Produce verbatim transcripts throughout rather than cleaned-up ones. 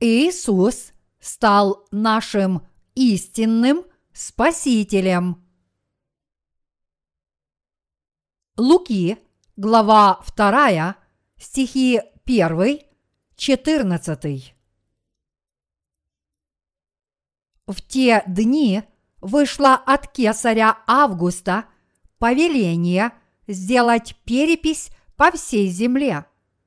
Иисус стал нашим истинным Спасителем. Луки, глава вторая, стихи первый, четырнадцатый. В те дни вышло от кесаря Августа повеление сделать перепись по всей земле.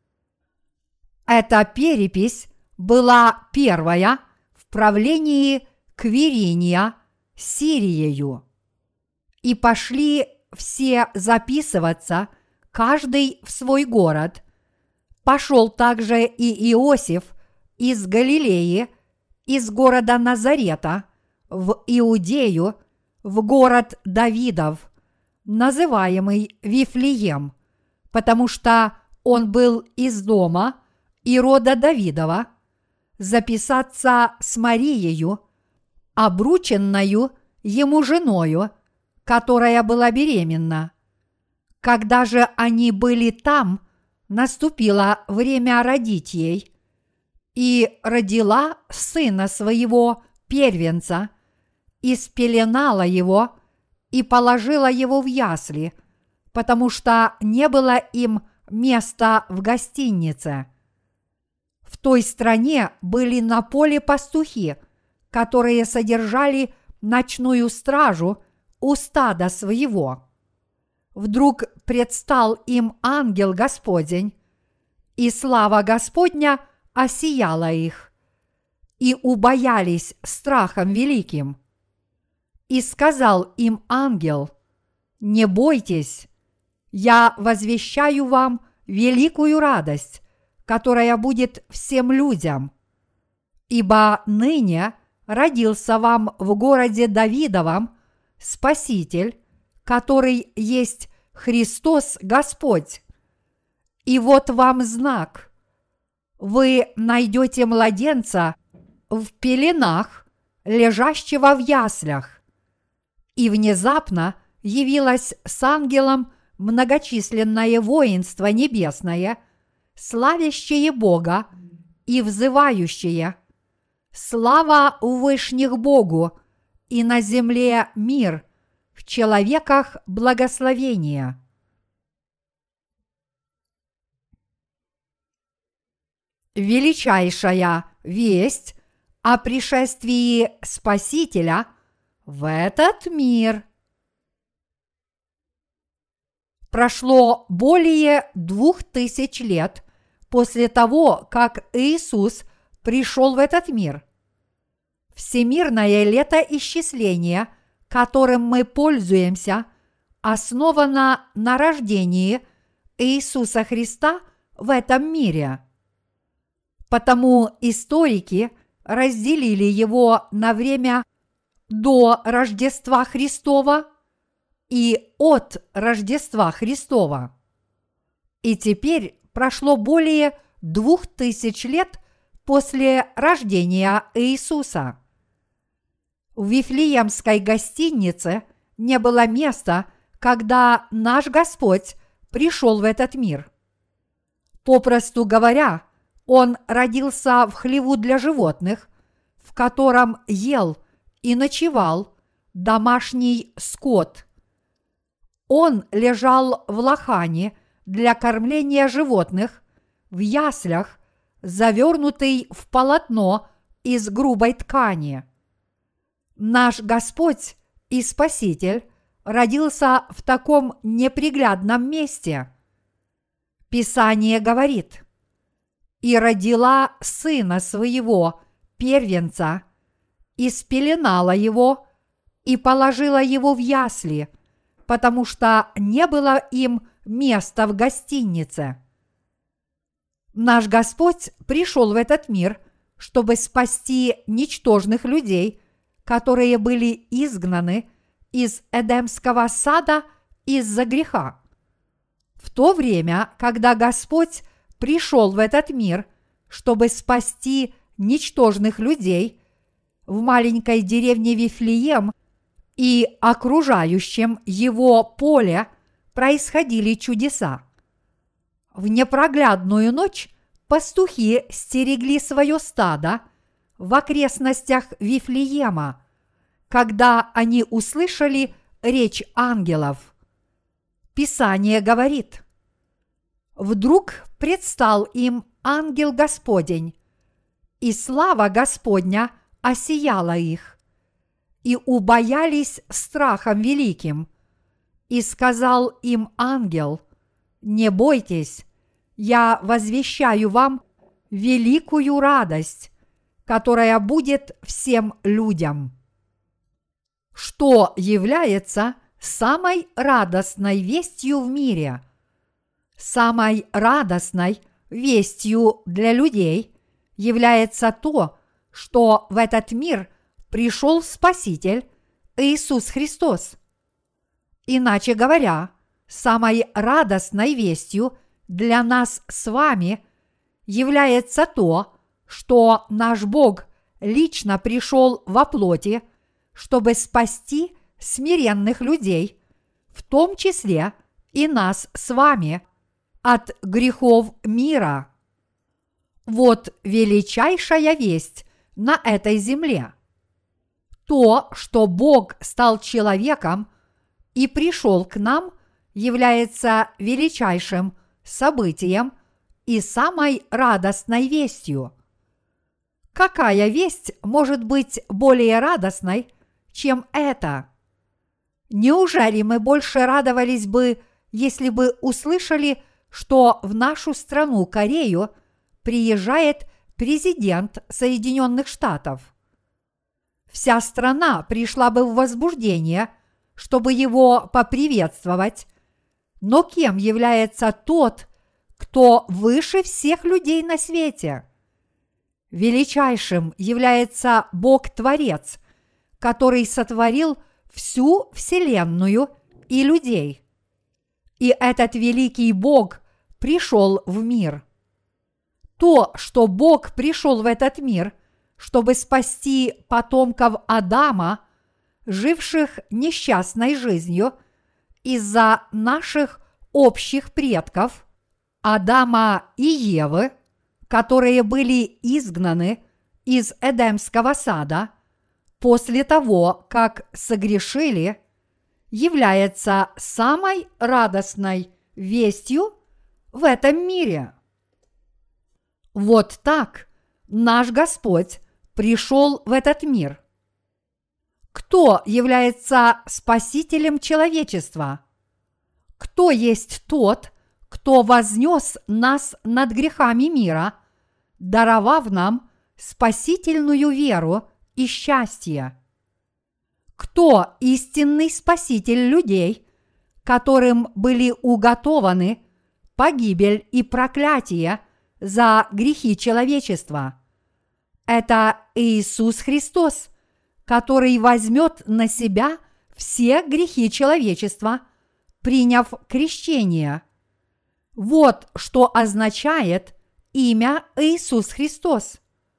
Эта перепись была первая в правлении Квириния Сириею. И пошли все записываться, каждый в свой город. Пошел также и Иосиф из Галилеи, из города Назарета, в Иудею, в город Давидов, называемый Вифлеем, потому что он был из дома и рода Давидова, записаться с Мариею, обрученною ему женою, которая была беременна. Когда же они были там, наступило время родить ей, и родила сына своего первенца, и спеленала его, и положила его в ясли, потому что не было им места в гостинице. В той стране были на поле пастухи, которые содержали ночную стражу у стада своего. Вдруг предстал им ангел Господень, и слава Господня осияла их, и убоялись страхом великим. И сказал им ангел: «Не бойтесь, я возвещаю вам великую радость, которая будет всем людям. Ибо ныне родился вам в городе Давидовом Спаситель, который есть Христос Господь. И вот вам знак: вы найдете младенца в пеленах, лежащего в яслях». И внезапно явилось с ангелом многочисленное воинство небесное, славящее Бога и взывающее: «Слава у вышних Богу, и на земле мир, в человеках благословение». Величайшая весть о пришествии Спасителя в этот мир. Прошло более двух тысяч лет после того, как Иисус пришел в этот мир. Всемирное летоисчисление, которым мы пользуемся, основано на рождении Иисуса Христа в этом мире. Потому историки разделили его на время до Рождества Христова и от Рождества Христова. И теперь прошло более двух тысяч лет после рождения Иисуса. В Вифлеемской гостинице не было места, когда наш Господь пришел в этот мир. Попросту говоря, Он родился в хлеву для животных, в котором ел и ночевал домашний скот. Он лежал в лохане для кормления животных, в яслях, завернутый в полотно из грубой ткани. Наш Господь и Спаситель родился в таком неприглядном месте. Писание говорит: «И родила сына своего, первенца, и спеленала его, и положила его в ясли, потому что не было им места в гостинице». Наш Господь пришел в этот мир, чтобы спасти ничтожных людей, которые были изгнаны из Эдемского сада из-за греха. В то время, когда Господь пришел в этот мир, чтобы спасти ничтожных людей, в маленькой деревне Вифлеем и окружающем его поле происходили чудеса. В непроглядную ночь пастухи стерегли свое стадо в окрестностях Вифлеема, когда они услышали речь ангелов. Писание говорит: «Вдруг предстал им ангел Господень, и слава Господня осияла их, и убоялись страхом великим. И сказал им ангел: не бойтесь, я возвещаю вам великую радость, которая будет всем людям». Что является самой радостной вестью в мире? Самой радостной вестью для людей является то, что в этот мир пришел Спаситель Иисус Христос. Иначе говоря, самой радостной вестью для нас с вами является то, что наш Бог лично пришел во плоти, чтобы спасти смиренных людей, в том числе и нас с вами, от грехов мира. Вот величайшая весть на этой земле. То, что Бог стал человеком и пришел к нам, является величайшим событием и самой радостной вестью. Какая весть может быть более радостной, чем это? Неужели мы больше радовались бы, если бы услышали, что в нашу страну Корею приезжает президент Соединенных Штатов? Вся страна пришла бы в возбуждение, чтобы его поприветствовать. Но кем является тот, кто выше всех людей на свете? Величайшим является Бог-творец, который сотворил всю вселенную и людей. И этот великий Бог пришел в мир. То, что Бог пришел в этот мир, чтобы спасти потомков Адама, живших несчастной жизнью из-за наших общих предков, Адама и Евы, которые были изгнаны из Эдемского сада после того, как согрешили, является самой радостной вестью в этом мире. Вот так наш Господь пришел в этот мир. Кто является спасителем человечества? Кто есть тот, кто вознес нас над грехами мира, даровав нам спасительную веру и счастье? Кто истинный спаситель людей, которым были уготованы погибель и проклятие за грехи человечества? Это Иисус Христос, который возьмет на себя все грехи человечества, приняв крещение. Вот что означает имя Иисус Христос.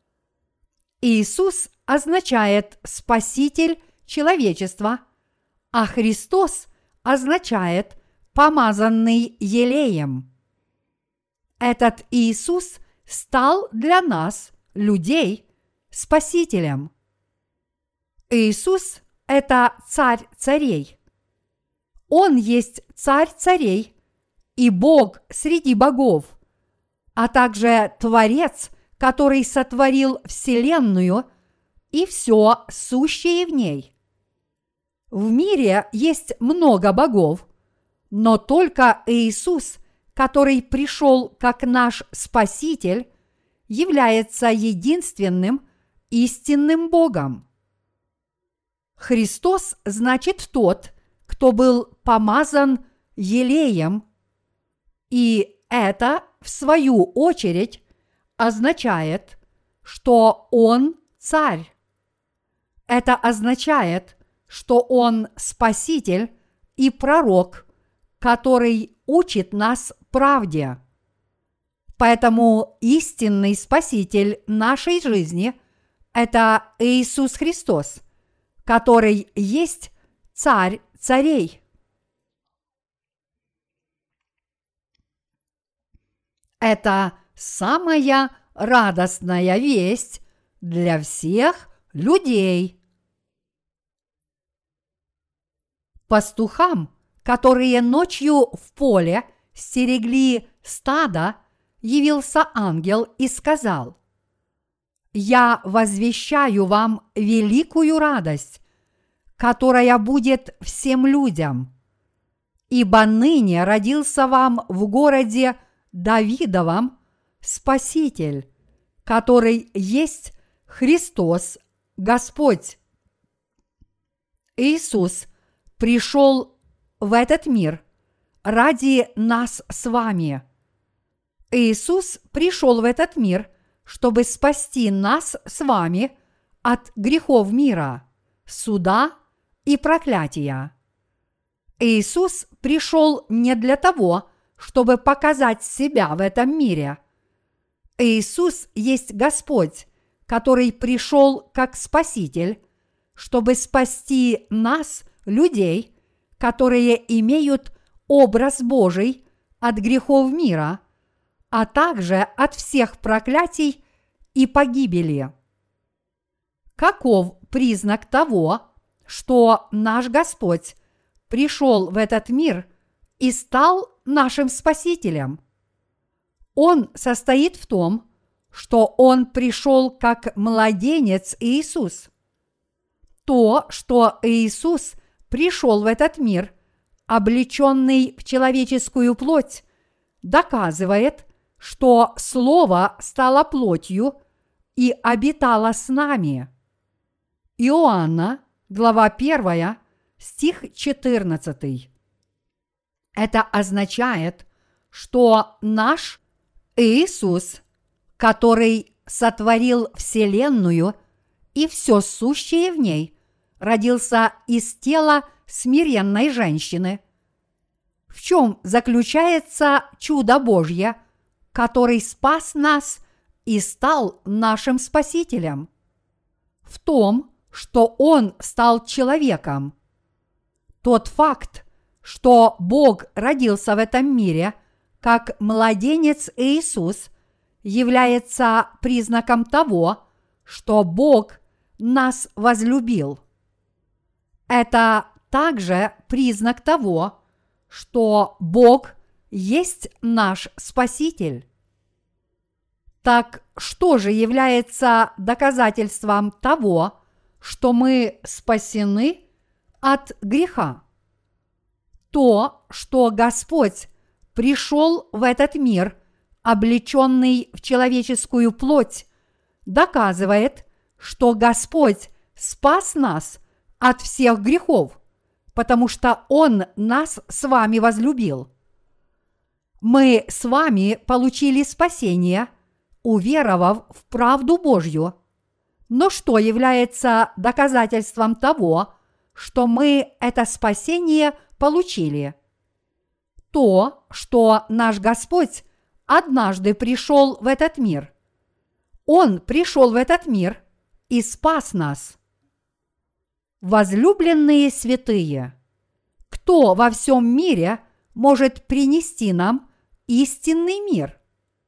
Иисус означает Спаситель человечества, а Христос означает помазанный елеем. Этот Иисус стал для нас, людей, Спасителем. Иисус – это Царь царей. Он есть Царь царей и Бог среди богов, а также Творец, который сотворил вселенную и все сущее в ней. В мире есть много богов, но только Иисус, который пришел как наш Спаситель, является единственным истинным Богом. Христос значит тот, кто был помазан елеем, и это, в свою очередь, означает, что Он царь. Это означает, что Он Спаситель и пророк, который учит нас правде. Поэтому истинный Спаситель нашей жизни – это Иисус Христос, который есть Царь царей. Это самая радостная весть для всех людей. Пастухам, которые ночью в поле стерегли стадо, явился ангел и сказал: «Я возвещаю вам великую радость, которая будет всем людям. Ибо ныне родился вам в городе Давидовом Спаситель, который есть Христос Господь». Иисус пришел в этот мир ради нас с вами. Иисус пришел в этот мир, чтобы спасти нас с вами от грехов мира, суда и проклятия. Иисус пришел не для того, чтобы показать себя в этом мире. Иисус есть Господь, который пришел как Спаситель, чтобы спасти нас, людей, которые имеют образ Божий, от грехов мира, а также от всех проклятий и погибели. Каков признак того, что наш Господь пришел в этот мир и стал нашим Спасителем? Он состоит в том, что Он пришел как младенец Иисус. То, что Иисус пришел в этот мир, облеченный в человеческую плоть, доказывает, что Слово стало плотью и обитало с нами. Иоанна, глава первая, стих четырнадцатый. Это означает, что наш Иисус, который сотворил вселенную и все сущее в ней, родился из тела смиренной женщины. В чем заключается чудо Божье, который спас нас и стал нашим Спасителем? В том, что Он стал человеком. Тот факт, что Бог родился в этом мире как младенец Иисус, является признаком того, что Бог нас возлюбил. Это также признак того, что Бог есть наш Спаситель. Так что же является доказательством того, что мы спасены от греха? То, что Господь пришел в этот мир, облеченный в человеческую плоть, доказывает, что Господь спас нас от всех грехов, потому что Он нас с вами возлюбил. Мы с вами получили спасение, уверовав в правду Божью. Но что является доказательством того, что мы это спасение получили? То, что наш Господь однажды пришел в этот мир. Он пришел в этот мир и спас нас. Возлюбленные святые, кто во всем мире может принести нам истинный мир?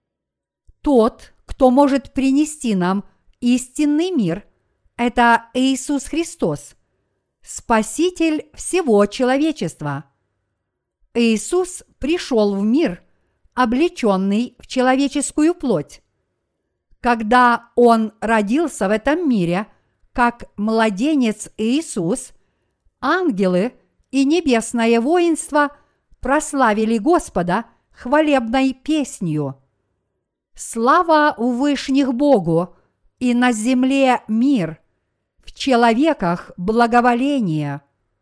Тот, кто может принести нам истинный мир, это Иисус Христос, Спаситель всего человечества. Иисус пришел в мир, облеченный в человеческую плоть. Когда Он родился в этом мире, как младенец Иисус, ангелы и небесное воинство прославили Господа хвалебной песнью. Слава у вышних Богу, и на земле мир, в человеках благоволение.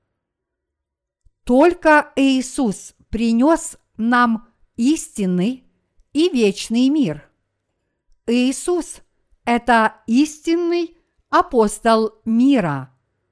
Только Иисус принес нам истинный и вечный мир. Иисус – это истинный апостол мира.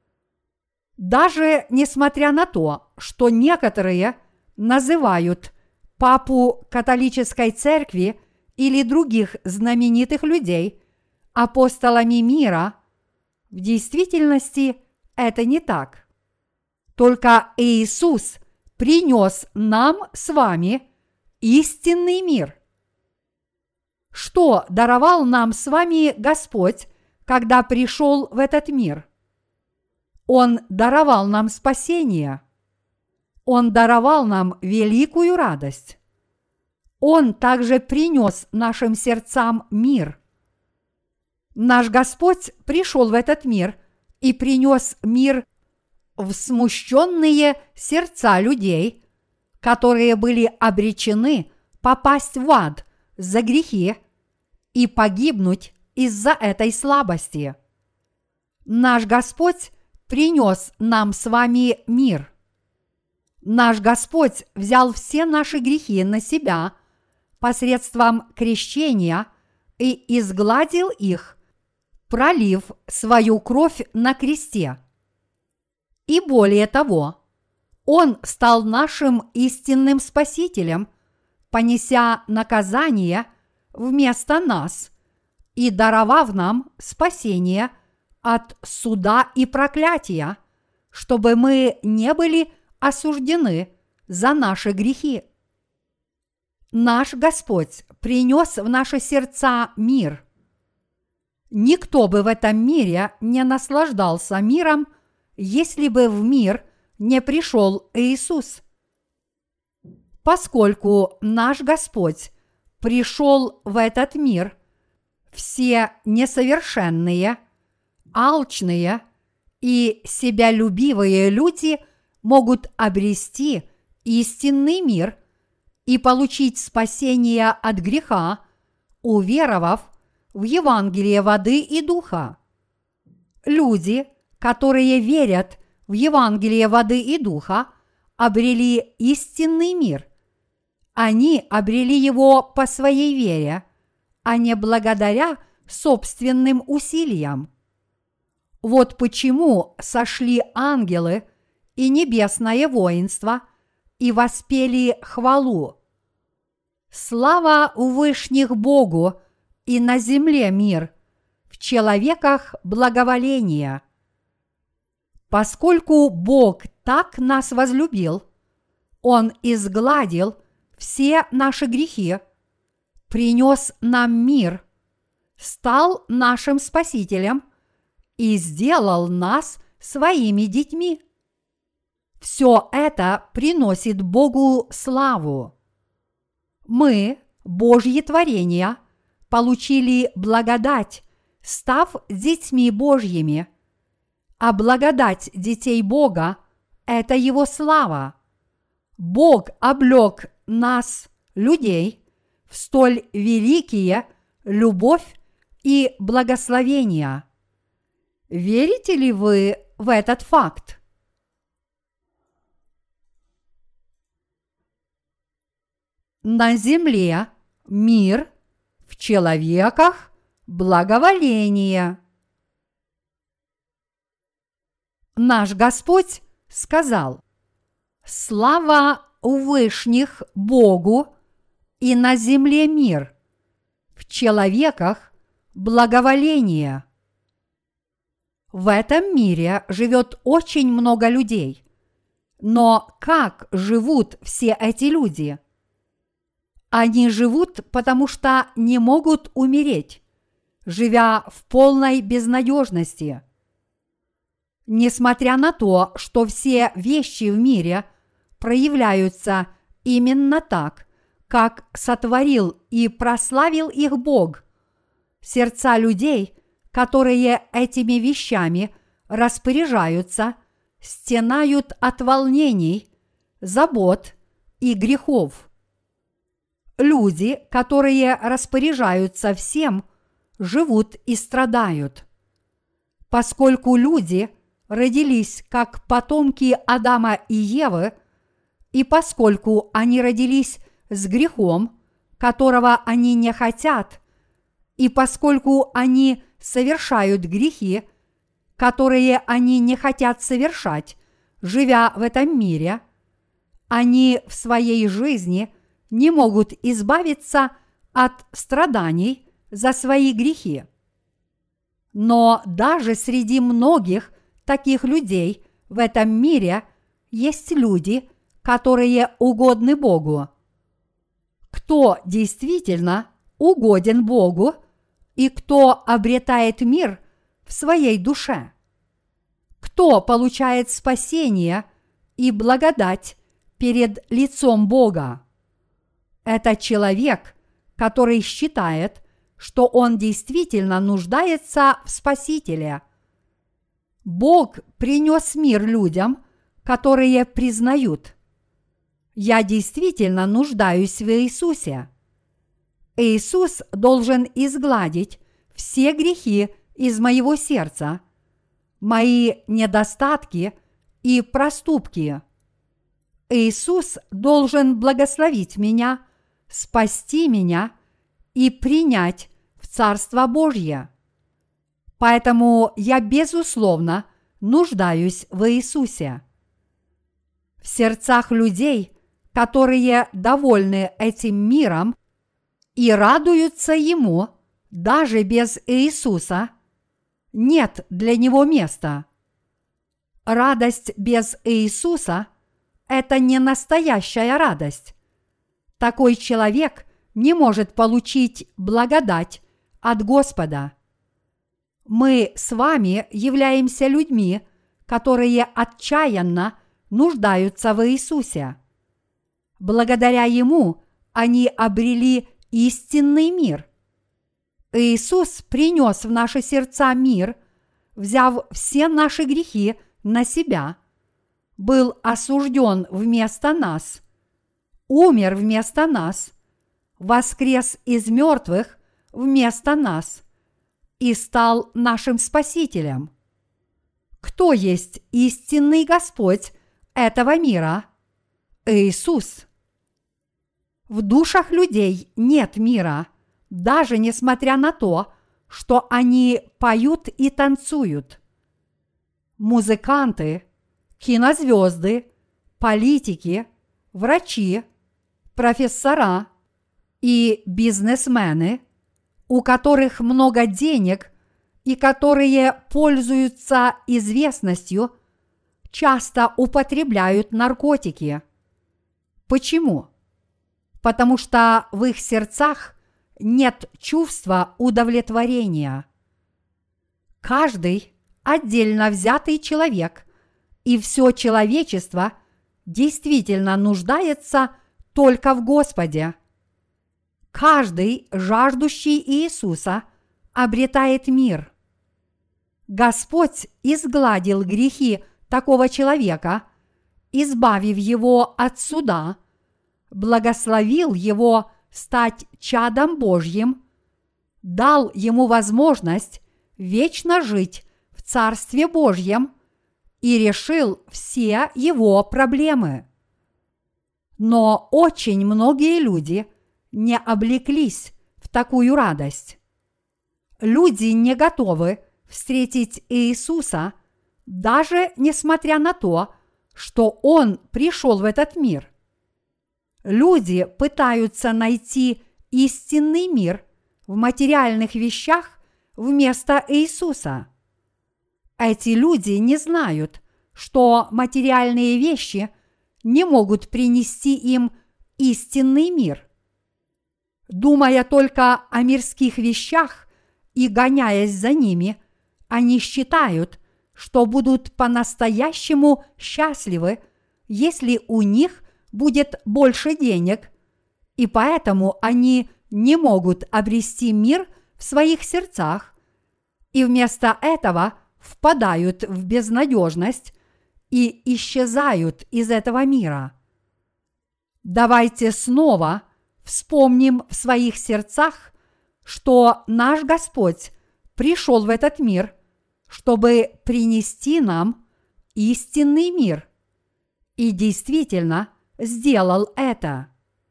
Даже несмотря на то, что некоторые называют папу католической церкви или других знаменитых людей апостолами мира, в действительности это не так. Только Иисус принес нам с вами истинный мир. Что даровал нам с вами Господь, когда пришел в этот мир? Он даровал нам спасение. Он даровал нам великую радость. Он также принес нашим сердцам мир. Наш Господь пришел в этот мир и принес мир в смущенные сердца людей, которые были обречены попасть в ад за грехи и погибнуть из-за этой слабости. Наш Господь принес нам с вами мир. Наш Господь взял все наши грехи на себя посредством крещения и изгладил их, пролив свою кровь на кресте. И более того, Он стал нашим истинным Спасителем, понеся наказание вместо нас и даровав нам спасение от суда и проклятия, чтобы мы не были осуждены за наши грехи. Наш Господь принес в наши сердца мир. Никто бы в этом мире не наслаждался миром, если бы в мир не пришел Иисус. Поскольку наш Господь пришел в этот мир, все несовершенные, алчные и себялюбивые люди могут обрести истинный мир и получить спасение от греха, уверовав в Евангелие воды и духа. Люди, которые верят в Евангелие воды и духа, обрели истинный мир. Они обрели его по своей вере, а не благодаря собственным усилиям. Вот почему сошли ангелы и небесное воинство и воспели хвалу. Слава у вышних Богу и на земле мир, в человеках благоволение. Поскольку Бог так нас возлюбил, Он изгладил все наши грехи, принес нам мир, стал нашим Спасителем и сделал нас своими детьми. Все это приносит Богу славу. Мы, Божьи творения, получили благодать, став детьми Божьими, а благодать детей Бога – это Его слава. Бог облек нас, людей, в столь великие любовь и благословения. Верите ли вы в этот факт? На земле мир, в человеках благоволение. Наш Господь сказал: «Слава у вышних Богу и на земле мир, в человеках благоволение». В этом мире живет очень много людей. Но как живут все эти люди? Они живут, потому что не могут умереть, живя в полной безнадежности. Несмотря на то, что все вещи в мире проявляются именно так, как сотворил и прославил их Бог, сердца людей, которые этими вещами распоряжаются, стенают от волнений, забот и грехов. Люди, которые распоряжаются всем, живут и страдают. Поскольку люди родились как потомки Адама и Евы, и поскольку они родились с грехом, которого они не хотят, и поскольку они совершают грехи, которые они не хотят совершать, живя в этом мире, они в своей жизни не могут избавиться от страданий за свои грехи. Но даже среди многих таких людей в этом мире есть люди, которые угодны Богу. Кто действительно угоден Богу и кто обретает мир в своей душе? Кто получает спасение и благодать перед лицом Бога? Это человек, который считает, что он действительно нуждается в Спасителе. Бог принес мир людям, которые признают: «Я действительно нуждаюсь в Иисусе». Иисус должен изгладить все грехи из моего сердца, мои недостатки и проступки. Иисус должен благословить меня, спасти меня и принять в Царство Божье. Поэтому я, безусловно, нуждаюсь в Иисусе. В сердцах людей, которые довольны этим миром и радуются ему даже без Иисуса, нет для него места. Радость без Иисуса – это не настоящая радость. Такой человек не может получить благодать от Господа. Мы с вами являемся людьми, которые отчаянно нуждаются в Иисусе. Благодаря Ему они обрели истинный мир. Иисус принес в наши сердца мир, взяв все наши грехи на себя, был осужден вместо нас, умер вместо нас, воскрес из мертвых вместо нас и стал нашим Спасителем. Кто есть истинный Господь этого мира? Иисус. В душах людей нет мира, даже несмотря на то, что они поют и танцуют. Музыканты, кинозвезды, политики, врачи, профессора и бизнесмены, у которых много денег и которые пользуются известностью, часто употребляют наркотики. Почему? Потому что в их сердцах нет чувства удовлетворения. Каждый отдельно взятый человек и все человечество действительно нуждается только в Господе. Каждый, жаждущий Иисуса, обретает мир. Господь изгладил грехи такого человека, избавив его от суда, благословил его стать чадом Божьим, дал ему возможность вечно жить в Царстве Божьем и решил все его проблемы. Но очень многие люди не облеклись в такую радость. Люди не готовы встретить Иисуса, даже несмотря на то, что Он пришел в этот мир. Люди пытаются найти истинный мир в материальных вещах вместо Иисуса. Эти люди не знают, что материальные вещи не могут принести им истинный мир. Думая только о мирских вещах и гоняясь за ними, они считают, что будут по-настоящему счастливы, если у них будет больше денег, и поэтому они не могут обрести мир в своих сердцах, и вместо этого впадают в безнадежность и исчезают из этого мира. Давайте снова вспомним в своих сердцах, что наш Господь пришел в этот мир, чтобы принести нам истинный мир, и действительно сделал это.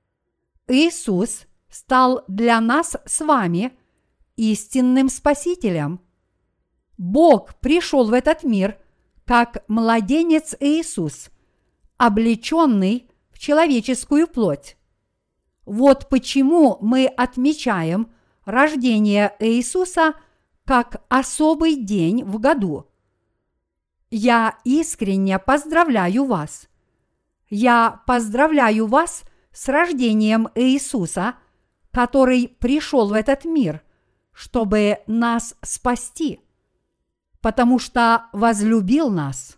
Иисус стал для нас с вами истинным Спасителем. Бог пришел в этот мир как младенец Иисус, облеченный в человеческую плоть. Вот почему мы отмечаем рождение Иисуса как особый день в году. Я искренне поздравляю вас. Я поздравляю вас с рождением Иисуса, который пришел в этот мир, чтобы нас спасти, потому что возлюбил нас.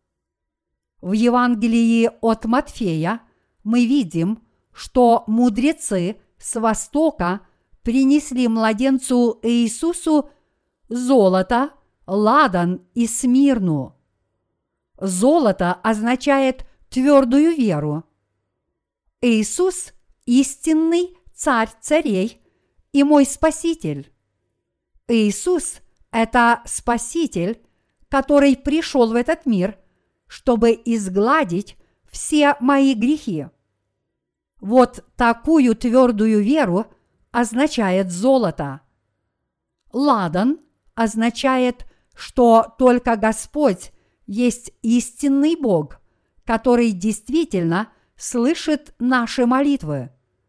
В Евангелии от Матфея мы видим, что мудрецы с востока принесли младенцу Иисусу золото, ладан и смирну. Золото означает твердую веру. Иисус – истинный царь царей и мой Спаситель. Иисус – это Спаситель, который пришел в этот мир, чтобы изгладить все мои грехи. Вот такую твердую веру означает золото. Ладан означает, что только Господь есть истинный Бог, который действительно слышит наши молитвы.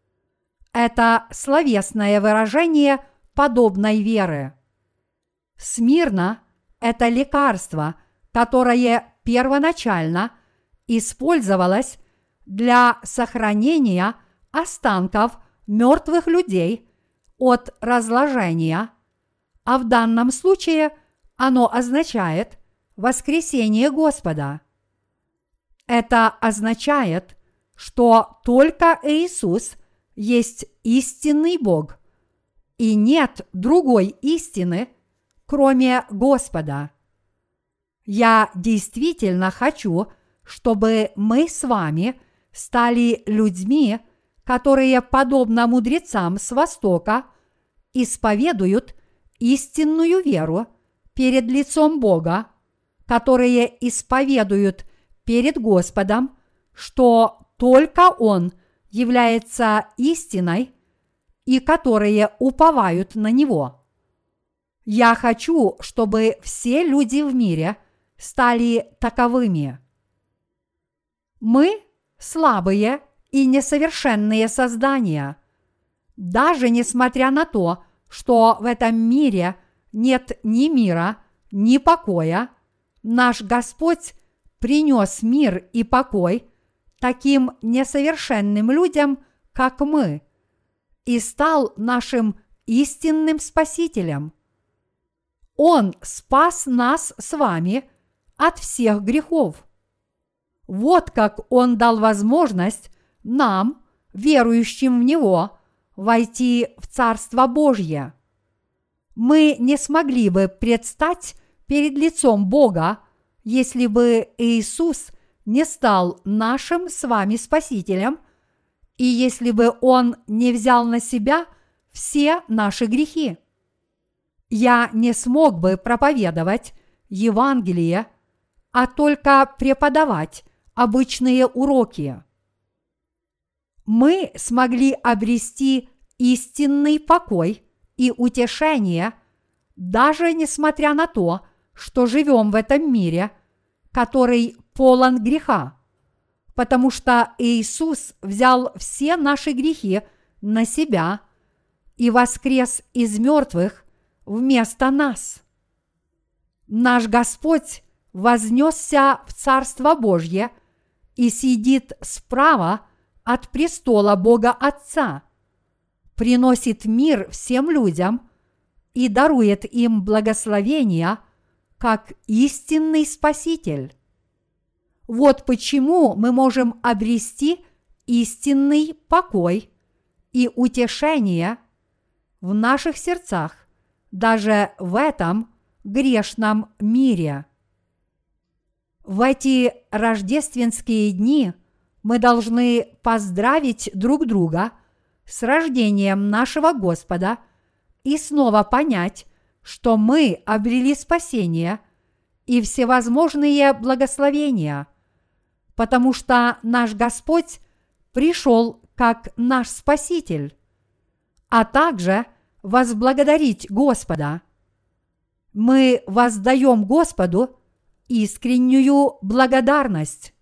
Это словесное выражение подобной веры. Смирна – это лекарство, которое первоначально использовалось для сохранения останков мертвых людей от разложения, а в данном случае оно означает воскресение Господа. Это означает, что только Иисус есть истинный Бог, и нет другой истины, кроме Господа. Я действительно хочу, чтобы мы с вами стали людьми, которые, подобно мудрецам с Востока, исповедуют истинную веру перед лицом Бога, которые исповедуют перед Господом, что только Он является истиной, и которые уповают на Него. Я хочу, чтобы все люди в мире стали таковыми. Мы слабые и несовершенные создания. Даже несмотря на то, что в этом мире нет ни мира, ни покоя, наш Господь принес мир и покой таким несовершенным людям, как мы, и стал нашим истинным Спасителем. Он спас нас с вами от всех грехов. Вот как Он дал возможность нам, верующим в Него, войти в Царство Божье. Мы не смогли бы предстать перед лицом Бога, если бы Иисус не стал нашим с вами Спасителем, и если бы Он не взял на себя все наши грехи. Я не смог бы проповедовать Евангелие, а только преподавать обычные уроки. Мы смогли обрести истинный покой и утешение, даже несмотря на то, что живем в этом мире, который полон греха, потому что Иисус взял все наши грехи на себя и воскрес из мертвых вместо нас. Наш Господь вознесся в Царство Божье и сидит справа от престола Бога Отца, приносит мир всем людям и дарует им благословения как истинный Спаситель. Вот почему мы можем обрести истинный покой и утешение в наших сердцах даже в этом грешном мире. В эти рождественские дни мы должны поздравить друг друга с рождением нашего Господа и снова понять, что мы обрели спасение и всевозможные благословения, потому что наш Господь пришел как наш Спаситель, а также возблагодарить Господа. Мы воздаем Господу искреннюю благодарность.